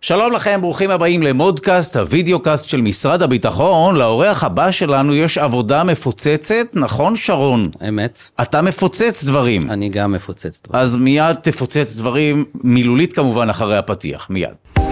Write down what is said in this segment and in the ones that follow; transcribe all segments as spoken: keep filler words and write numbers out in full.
שלום לכם, ברוכים הבאים למודקאסט, הווידאו-קאסט של משרד הביטחון. לאורח הבא שלנו יש עבודה מפוצצת, נכון שרון? אמת. אתה מפוצץ דברים. אני גם מפוצץ דברים. אז מיד תפוצץ דברים, מילולית כמובן אחרי הפתיח, מיד.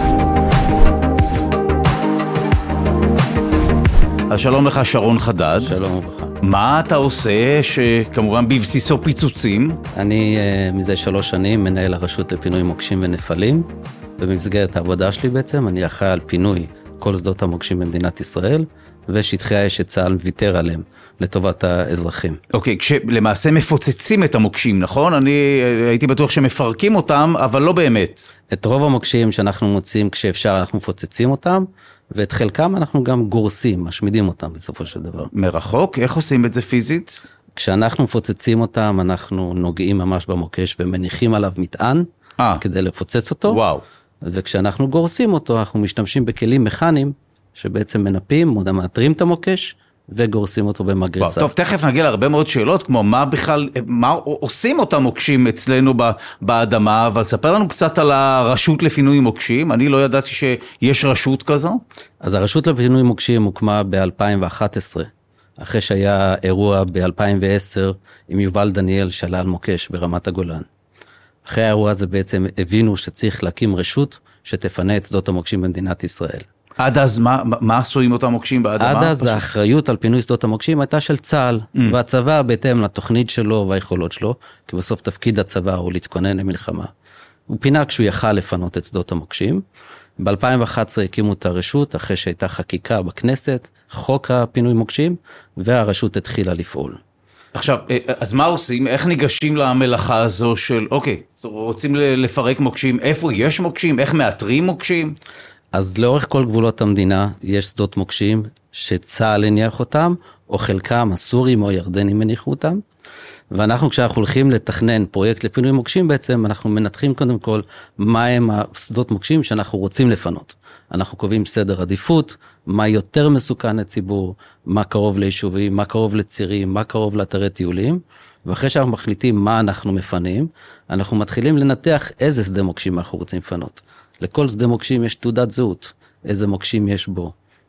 אז שלום לך שרון חדד. שלום וברכה. מה אתה עושה שכמובן בבסיסו פיצוצים? אני uh, מזה שלוש שנים מנהל הרשות לפינוי מוקשים ונפלים, ובמסגרת העבודה שלי בעצם אני אחראי על פינוי כל שדות המוקשים במדינת ישראל, ושטחי האש שצה"ל ויתר עליהם לטובת האזרחים. אוקיי, כשלמעשה מפוצצים את המוקשים, נכון? אני הייתי בטוח שמפרקים אותם, אבל לא באמת. את רוב המוקשים שאנחנו מוצאים כשאפשר אנחנו מפוצצים אותם, ואת חלקם אנחנו גם גורסים, משמידים אותם בסופו של דבר. מרחוק? איך עושים את זה פיזית? כשאנחנו מפוצצים אותם, אנחנו נוגעים ממש במוקש ומניחים עליו מטען, 아. כדי לפוצץ אותו. וואו. וכשאנחנו גורסים אותו, אנחנו משתמשים בכלים מכניים, שבעצם מנפים, או מאתרים את המוקש, וגורסים אותו במגרסה. טוב, תכף נגיע להרבה מאוד שאלות, כמו מה בכלל, מה עושים אותם מוקשים אצלנו באדמה, אבל ספר לנו קצת על הרשות לפינוי מוקשים. אני לא ידעתי שיש רשות כזו. אז הרשות לפינוי מוקשים הוקמה ב-אלפיים ואחת עשרה, אחרי שהיה אירוע ב-אלפיים ועשר עם יובל דניאל שלל מוקש ברמת הגולן. אחרי האירוע הזה בעצם הבינו שצריך להקים רשות שתפנה את שדות המוקשים במדינת ישראל. עד אז מה, מה עשו עם אותם מוקשים באדמה? עד אז האחריות על פינוי שדות המוקשים הייתה של צה"ל, mm. והצבא בהתאם לתוכנית שלו והיכולות שלו, כי בסוף תפקיד הצבא הוא להתכונן למלחמה. הוא פינה כשהוא יכל לפנות את שדות המוקשים. ב-אלפיים ואחת עשרה הקימו את הרשות, אחרי שהייתה חקיקה בכנסת, חוק הפינוי מוקשים, והרשות התחילה לפעול. עכשיו, אז מה עושים? איך ניגשים למלאכה הזו של, אוקיי, רוצים לפרק מוקשים, איפה יש מוקשים? איך מאתרים מוקשים? אז לאורך כל גבולות המדינה יש שדות מוקשים שצה"ל הניח אותם, או חלקם הסורים או ירדנים הניחו אותם, ואנחנו כשאנחנו הולכים לתכנן פרויקט לפינוי מוקשים בעצם, אנחנו מנתחים קודם כל מהם השדות מוקשים שאנחנו רוצים לפנות. אנחנו קובעים סדר עדיפות, מה יותר מסוכן לציבור, מה קרוב ליישובים, מה קרוב לצירים, מה קרוב לאתרי טיולים, ואחרי שאנחנו מחליטים מה אנחנו מפנים, אנחנו מתחילים לנתח איזה שדה מוקשים אנחנו רוצים לפנות. לכל שדה מוקשים יש תעודת זהות, איזה מוקשים יש בו,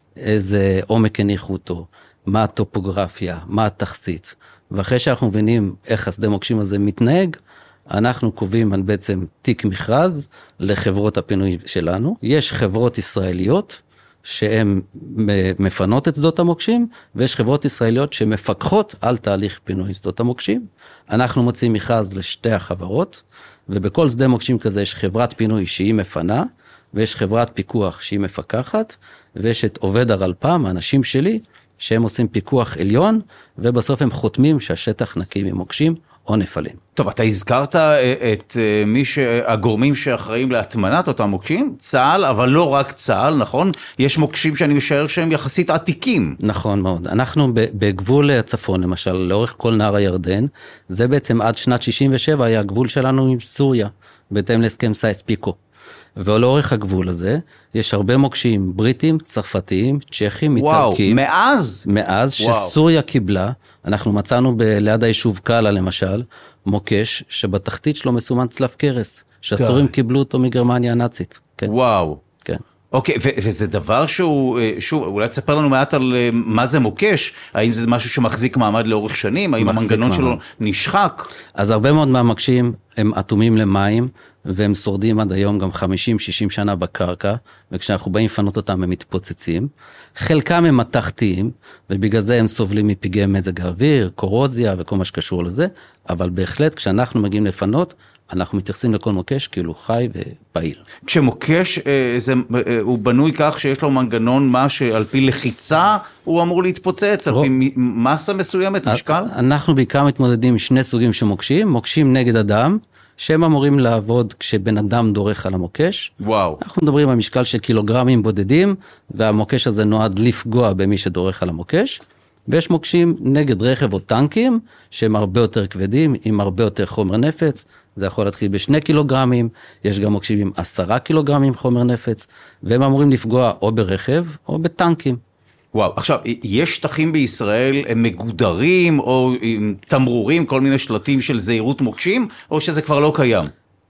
איזה עומק הניחו אותו, מה הטופוגרפיה, מה התכסית, ואחרי שאנחנו מבינים איך השדה מוקשים הזה מתנהג, אנחנו קובעים על בעצם תיק מכרז לחברות הפינוי שלנו. יש חברות ישראליות שהן מפנות את שדות המוקשים, ויש חברות ישראליות שמפקחות על תהליך פינוי שדות המוקשים. אנחנו מוצאים מכרז לשתי החברות, ובכל שדה מוקשים כזה יש חברת פינוי שהיא מפנה, ויש חברת פיקוח שהיא מפקחת, ויש את עובד הרלפ"ם, האנשים שלי, שהם עושים פיקוח עליון, ובסוף הם חותמים שהשטח נקי ממוקשים או נפלים. טוב, אתה הזכרת את מי שהגורמים שאחראים להטמנת אותם מוקשים, צה"ל, אבל לא רק צה"ל, נכון? יש מוקשים שאני משער שהם יחסית עתיקים. נכון מאוד. אנחנו בגבול הצפון, למשל, לאורך כל נהר הירדן, זה בעצם עד שנת שישים ושבע היה הגבול שלנו עם סוריה, בהתאם להסכם סייס-פיקו. ולאורך הגבול הזה, יש הרבה מוקשים בריטים, צרפתיים, צ'כים, איטלקים. וואו, מאז? מאז וואו. שסוריה קיבלה, אנחנו מצאנו ב- ליד היישוב קאלה למשל, מוקש שבתחתית שלו מסומן צלב קרס, שהסורים קיבלו אותו מגרמניה הנאצית. כן. וואו. כן. אוקיי, ו- וזה דבר שהוא, שוב, אולי תספר לנו מעט על מה זה מוקש, האם זה משהו שמחזיק מעמד לאורך שנים, האם המנגנון מעמד. שלו נשחק? אז הרבה מאוד מהמוקשים הם אטומים למים, והם שורדים עד היום גם חמישים שישים שנה בקרקע, וכשאנחנו באים לפנות אותם הם מתפוצצים. חלקם הם מתכתיים, ובגלל זה הם סובלים מפגעי מזג האוויר, קורוזיה וכל מה שקשור לזה, אבל בהחלט כשאנחנו מגיעים לפנות, אנחנו מתייחסים לכל מוקש כאילו חי ופעיל. כשמוקש זה, הוא בנוי כך שיש לו מנגנון מה שעל פי לחיצה הוא אמור להתפוצץ, על פי מסה מסוימת, משקל? אנחנו בעיקר מתמודדים עם שני סוגים של מוקשים, מוקשים נגד אדם, שהם אמורים לעבוד כשבן אדם דורך על המוקש. וואו. אנחנו מדברים על משקל של קילוגרמים בודדים, והמוקש הזה נועד לפגוע במי שדורך על המוקש. ויש מוקשים נגד רכב או טנקים, שהם הרבה יותר כבדים, עם הרבה יותר חומר נפץ. זה יכול להתחיל בשני קילוגרמים, יש גם מוקשים עם עשרה קילוגרמים חומר נפץ, והם אמורים לפגוע או ברכב או בטנקים. וואו, עכשיו, יש שטחים בישראל, הם מגודרים או עם תמרורים, כל מיני שלטים של זהירות מוקשים, או שזה כבר לא קיים?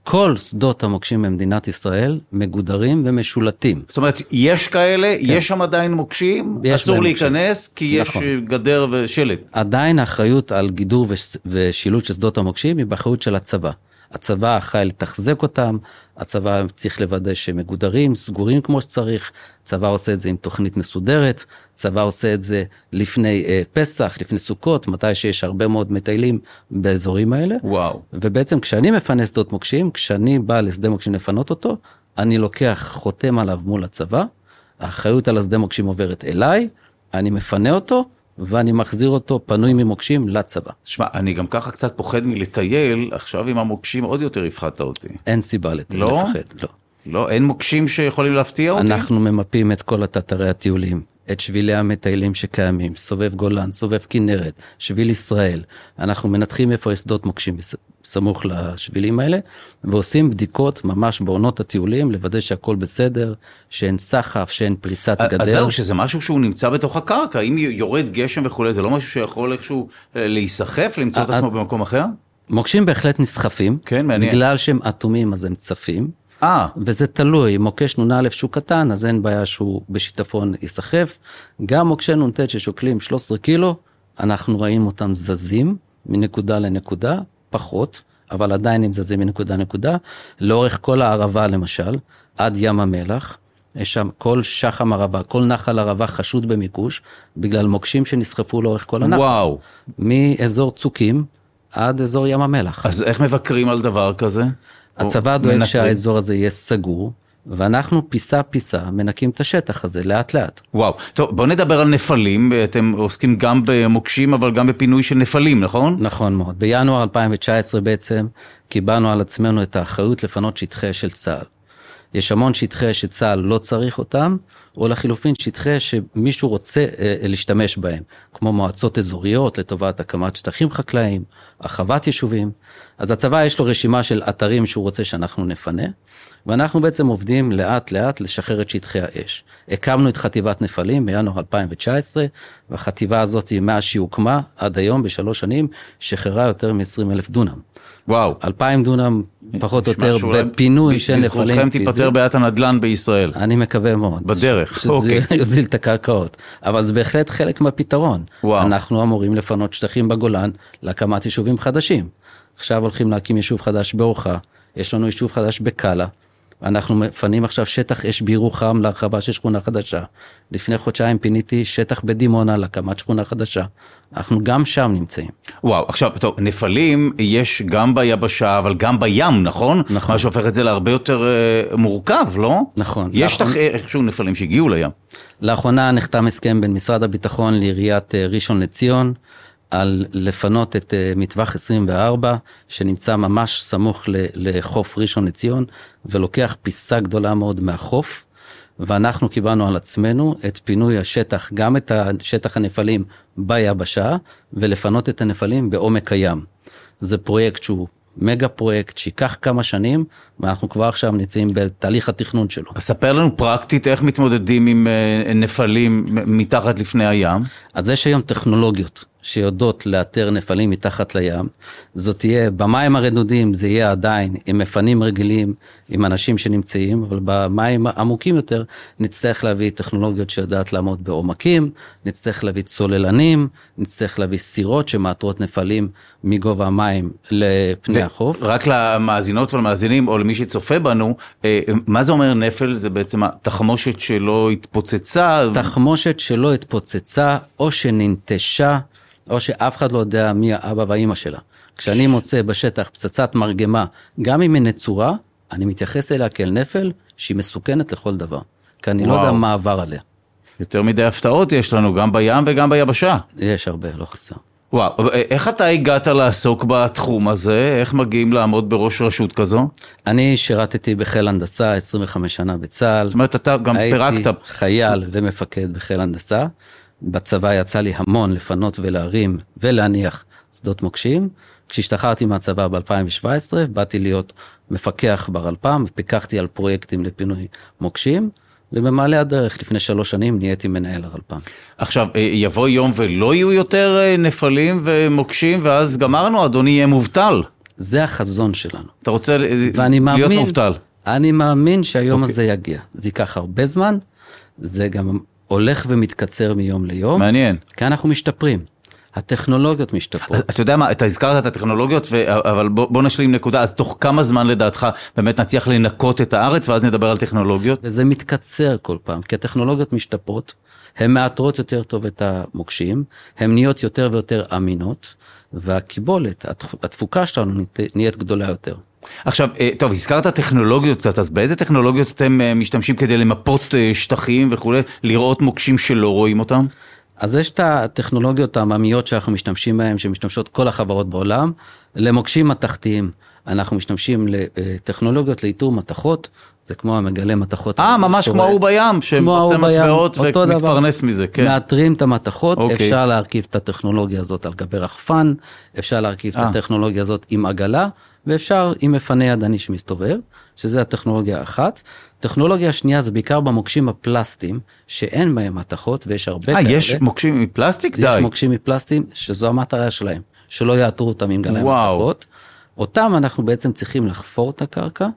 כל שדות המוקשים במדינת ישראל מגודרים ומשולטים. זאת אומרת, יש כאלה, כן. יש שם עדיין מוקשים, אסור להיכנס, מוקשים. כי יש נכון. גדר ושלט. עדיין האחריות על גידור ושילוט של שדות המוקשים היא באחריות של הצבא. הצבא אחראי לתחזק אותם, הצבא צריך לוודא שמגודרים, סגורים כמו שצריך, הצבא עושה את זה עם תוכנית מסודרת, הצבא עושה את זה לפני אה, פסח, לפני סוכות, מתי שיש הרבה מאוד מטיילים באזורים האלה. וואו. ובעצם כשאני מפנה שדות מוקשים, כשאני בא לשדה מוקשים לפנות אותו, אני לוקח חותם עליו מול הצבא, האחריות על השדה מוקשים עוברת אליי, אני מפנה אותו, ואני מחזיר אותו פנוי ממוקשים לצבא. תשמע, אני גם ככה קצת פוחד מלטייל, עכשיו עם המוקשים עוד יותר הפחדת אותי. אין סיבה לטייל, לא? לפחד, לא. לא, אין מוקשים שיכולים להפתיע אותי? אנחנו ממפים את כל התתרי הטיולים, את שבילי המטיילים שקיימים, סובב גולן, סובב כנרת, שביל ישראל. אנחנו מנתחים איפה יש שדות מוקשים סמוך לשבילים האלה, ועושים בדיקות ממש בעונות הטיולים, לוודא שהכל בסדר, שאין סחף, שאין פריצת גדר. אז זהו, שזה משהו שהוא נמצא בתוך הקרקע, אם יורד גשם וכו', זה לא משהו שיכול איכשהו להיסחף, למצוא את עצמו במקום אחר? מוקשים בהחלט נסחפים, כן, מעניין. בגלל שהם אטומים אז הם צפים, אה. וזה תלוי, מוקש נונה א' שהוא קטן, אז אין בעיה שהוא בשיטפון ייסחף, גם מוקשי נונטט ששוקלים שלושה עשר קילו, אנחנו ראינו אותם זזים מנקודה לנקודה, פחות, אבל עדיין הם זזים מנקודה לנקודה, לאורך כל הערבה למשל, עד ים המלח, יש שם כל שחם ערבה, כל נחל ערבה חשוד במיקוש, בגלל מוקשים שנסחפו לאורך כל הנחל. וואו. מאזור צוקים עד אזור ים המלח. אז איך מבקרים על דבר כזה? הצבא דואג שהאזור הזה יהיה סגור, ואנחנו פיסה פיסה מנקים את השטח הזה לאט לאט. וואו, טוב, בוא נדבר על נפלים, אתם עוסקים גם במוקשים, אבל גם בפינוי של נפלים, נכון? נכון מאוד. בינואר אלפיים תשע עשרה בעצם, קיבלנו על עצמנו את האחריות לפנות שטחי של צה"ל. יש המון שטחי שצה"ל לא צריך אותם, או לחילופין שטחי שמישהו רוצה אה, להשתמש בהם, כמו מועצות אזוריות לטובת הקמת שטחים חקלאיים, הרחבת יישובים. אז הצבא יש לו רשימה של אתרים שהוא רוצה שאנחנו נפנה, ואנחנו בעצם עובדים לאט לאט לשחרר את שטחי האש. הקמנו את חטיבת נפלים בינואר אלפיים תשע עשרה, והחטיבה הזאת מאז שהיא הוקמה עד היום בשלוש שנים, שחררה יותר מ-עשרים אלף דונם. וואו. אלפיים דונם פחות או יותר בפינוי של נפלים. בזכותכם תיפטר בעיית הנדל"ן בישראל. אני מקווה מאוד. בדרך, שזה אוקיי. יוזיל את הקרקעות. אבל זה בהחלט חלק מהפתרון. וואו. אנחנו אמורים לפנות שטחים בגולן להקמת יישובים חדשים. עכשיו הולכים להקים יישוב חדש באורחה, יש לנו יישוב חדש בקלה, אנחנו מפנים עכשיו שטח אש בירוחם להרחבה של שכונה חדשה. לפני חודשיים פיניתי שטח בדימונה להקמת שכונה חדשה. אנחנו גם שם נמצאים. וואו, עכשיו, טוב, נפלים יש גם ביבשה, אבל גם בים, נכון? נכון. מה שהופך את זה להרבה יותר uh, מורכב, לא? נכון. יש לאחרונה... איכשהו נפלים שהגיעו לים. לאחרונה נחתם הסכם בין משרד הביטחון לעיריית ראשון לציון, על לפנות את מטווח עשרים וארבע, שנמצא ממש סמוך לחוף ראשון לציון, ולוקח פיסה גדולה מאוד מהחוף, ואנחנו קיבלנו על עצמנו את פינוי השטח, גם את השטח הנפלים ביבשה, ולפנות את הנפלים בעומק הים. זה פרויקט שהוא מגה פרויקט שיקח כמה שנים, ואנחנו כבר עכשיו נמצאים בתהליך התכנון שלו. אז ספר לנו פרקטית איך מתמודדים עם נפלים מתחת לפני הים. אז יש היום טכנולוגיות שיודעות לאתר נפלים מתחת לים. זאת תהיה, במים הרדודים זה יהיה עדיין עם מפנים רגילים, עם אנשים שנמצאים, אבל במים עמוקים יותר נצטרך להביא טכנולוגיות שיודעת לעמוד בעומקים, נצטרך להביא צוללנים, נצטרך להביא סירות שמאתרות נפלים מגובה המים לפני החוף. רק למאזינות ולמאזינים, או למי שצופה בנו, מה זה אומר נפל? זה בעצם התחמושת שלא התפוצצה? תחמושת שלא התפוצצה, או שננטשה, או שאף אחד לא יודע מי האבא והאמא שלה. כשאני מוצא בשטח פצצת מרגמה, גם אם היא נצורה, אני מתייחס אליה כאל נפל שהיא מסוכנת לכל דבר. כי אני וואו. לא יודע מה עבר עליה. יותר מדי הפתעות יש לנו, גם בים וגם ביבשה. יש הרבה, לא חסר. וואו, איך אתה הגעת לעסוק בתחום הזה? איך מגיעים לעמוד בראש רשות כזו? אני שירתתי בחיל הנדסה עשרים וחמש שנה בצה"ל. זאת אומרת, אתה גם פירקת. הייתי חייל ומפקד בחיל הנדסה. בצבא יצא לי המון לפנות ולהרים ולהניח שדות מוקשים. כשהשתחררתי מהצבא ב-אלפיים שבע עשרה, באתי להיות מפקח ברלפ"ם, ופיקחתי על פרויקטים לפינוי מוקשים, ובמעלה הדרך לפני שלוש שנים נהייתי מנהל הרלפ"ם. עכשיו, יבוא יום ולא יהיו יותר נפלים ומוקשים, ואז גמרנו, אדוני יהיה מובטל. זה החזון שלנו. אתה רוצה ואני להיות מאמין, מובטל. אני מאמין שהיום אוקיי. הזה יגיע. זה ייקח הרבה זמן, זה גם הולך ומתקצר מיום ליום. מעניין. כי אנחנו משתפרים. הטכנולוגיות משתפרות. אתה יודע מה, אתה הזכרת את הטכנולוגיות, אבל בוא, בוא נשלים נקודה, אז תוך כמה זמן לדעתך באמת נצליח לנקות את הארץ, ואז נדבר על טכנולוגיות? וזה מתקצר כל פעם, כי הטכנולוגיות משתפרות, הן מאתרות יותר טוב את המוקשים, הן נהיות יותר ויותר אמינות, והקיבולת, התפוקה שלנו נהיית גדולה יותר. עכשיו, טוב, הזכרת טכנולוגיות קצת, אז באיזה טכנולוגיות אתם משתמשים כדי למפות שטחים וכו', לראות מוקשים שלא רואים אותם? אז יש את הטכנולוגיות העממיות שאנחנו משתמשים בהן, שמשתמשות כל החברות בעולם, למוקשים מתכתיים. אנחנו משתמשים לטכנולוגיות לאיתור מתכות, זה כמו המגלה מתכות. אה, ממש כמו הוא בים, שמוצא מטבעות ומתפרנס מזה, כן. מאתרים את המתכות, אפשר להרכיב את הטכנולוגיה הזאת על גבי רחפן, אפשר להרכיב את הטכנולוגיה הזאת עם עגלה, ואפשר עם מפנה ידני שמסתובב, שזה הטכנולוגיה האחת. טכנולוגיה השנייה זה בעיקר במוקשים הפלסטיים, שאין בהם מתכות, ויש הרבה כאלה. אה, יש מוקשים מפלסטיק? די. יש מוקשים מפלסטיים, שזו המטרה שלהם, שלא יאתרו אותם עם גלי המתכות. אותם אנחנו בעצם צריכים לחפור את הקרקע,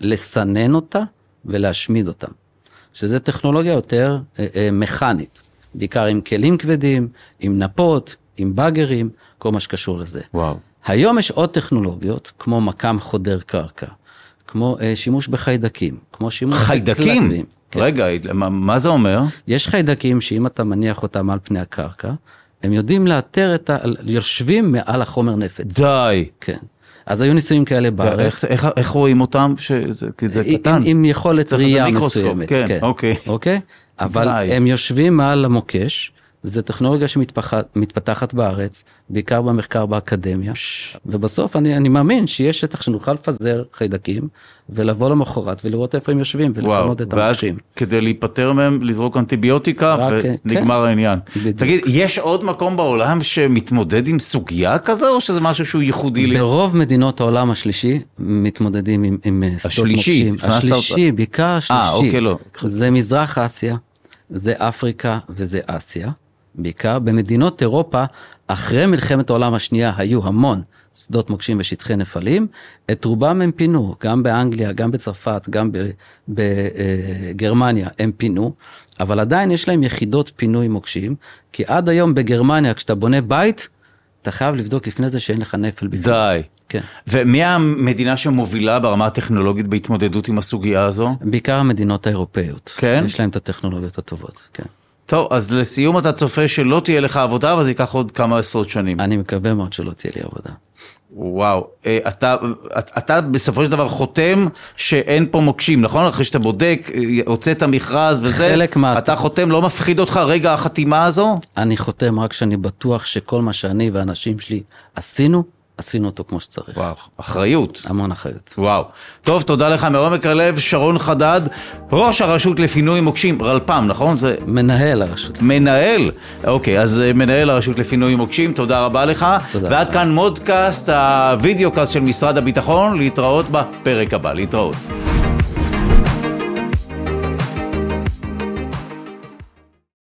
לסנן אותה ולהשמיד אותם. שזה טכנולוגיה יותר אה, אה, מכנית, בעיקר עם כלים כבדים, עם נפות, עם בגרים, כל מה שקשור לזה. וואו. היום יש עוד טכנולוגיות, כמו מקם חודר קרקע, כמו אה, שימוש בחיידקים, כמו שימוש חיידקים? בקלטים. כן. רגע, מה, מה זה אומר? יש חיידקים שאם אתה מניח אותם על פני הקרקע, הם יודעים לאתר את ה... יושבים מעל החומר נפץ. די. כן. אז היו ניסויים כאלה בארץ. איך, איך, איך רואים אותם? שזה, כי זה קטן. עם, עם יכולת ראייה מסוימת. כן, כן. אוקיי. אוקיי? אבל די. הם יושבים מעל המוקש, זו טכנולוגיה שמתפתחת בארץ, בעיקר במחקר באקדמיה, ובסוף אני, אני מאמין שיש שטח שנוכל לפזר חיידקים, ולבוא למחרת ולראות איפה הם יושבים, ולפנות את המוקשים. ואז כדי להיפטר מהם, לזרוק אנטיביוטיקה, ונגמר העניין. תגיד, יש עוד מקום בעולם שמתמודד עם סוגיה כזה, או שזה משהו שהוא ייחודי לי? ברוב מדינות העולם השלישי, מתמודדים עם, עם שדות מוקשים. השלישי, בעיקר השלישי. זה מזרח אסיה, זה אפריקה וזה אסיה. בעיקר במדינות אירופה, אחרי מלחמת העולם השנייה, היו המון שדות מוקשים ושטחי נפלים, את רובם הם פינו, גם באנגליה, גם בצרפת, גם בגרמניה הם פינו, אבל עדיין יש להם יחידות פינוי מוקשים, כי עד היום בגרמניה, כשאתה בונה בית, אתה חייב לבדוק לפני זה שאין לך נפל בפנים. די. כן. ומי המדינה שמובילה ברמה הטכנולוגית בהתמודדות עם הסוגיה הזו? בעיקר המדינות האירופאיות. כן? יש להם את הטכנולוגיות הטובות, כן. טוב, אז לסיום אתה צופה שלא תהיה לך עבודה, אבל זה ייקח עוד כמה עשרות שנים. אני מקווה מאוד שלא תהיה לי עבודה. וואו, אתה, אתה בסופו של דבר חותם שאין פה מוקשים, נכון? אחרי שאתה בודק, הוצאת מכרז וזה, מה... אתה חותם, לא מפחיד אותך רגע החתימה הזו? אני חותם רק שאני בטוח שכל מה שאני והאנשים שלי עשינו, עשינו אותו כמו שצריך. וואו, אחריות. המון אחריות. וואו. טוב, תודה לך מעומק הלב, שרון חדד, ראש הרשות לפינוי מוקשים, רלפ"ם, נכון? זה... מנהל הרשות. מנהל? אוקיי, אז מנהל הרשות לפינוי מוקשים, תודה רבה לך. תודה. ועד כאן מודקאסט, הווידאו קאסט של משרד הביטחון, להתראות בפרק הבא, להתראות.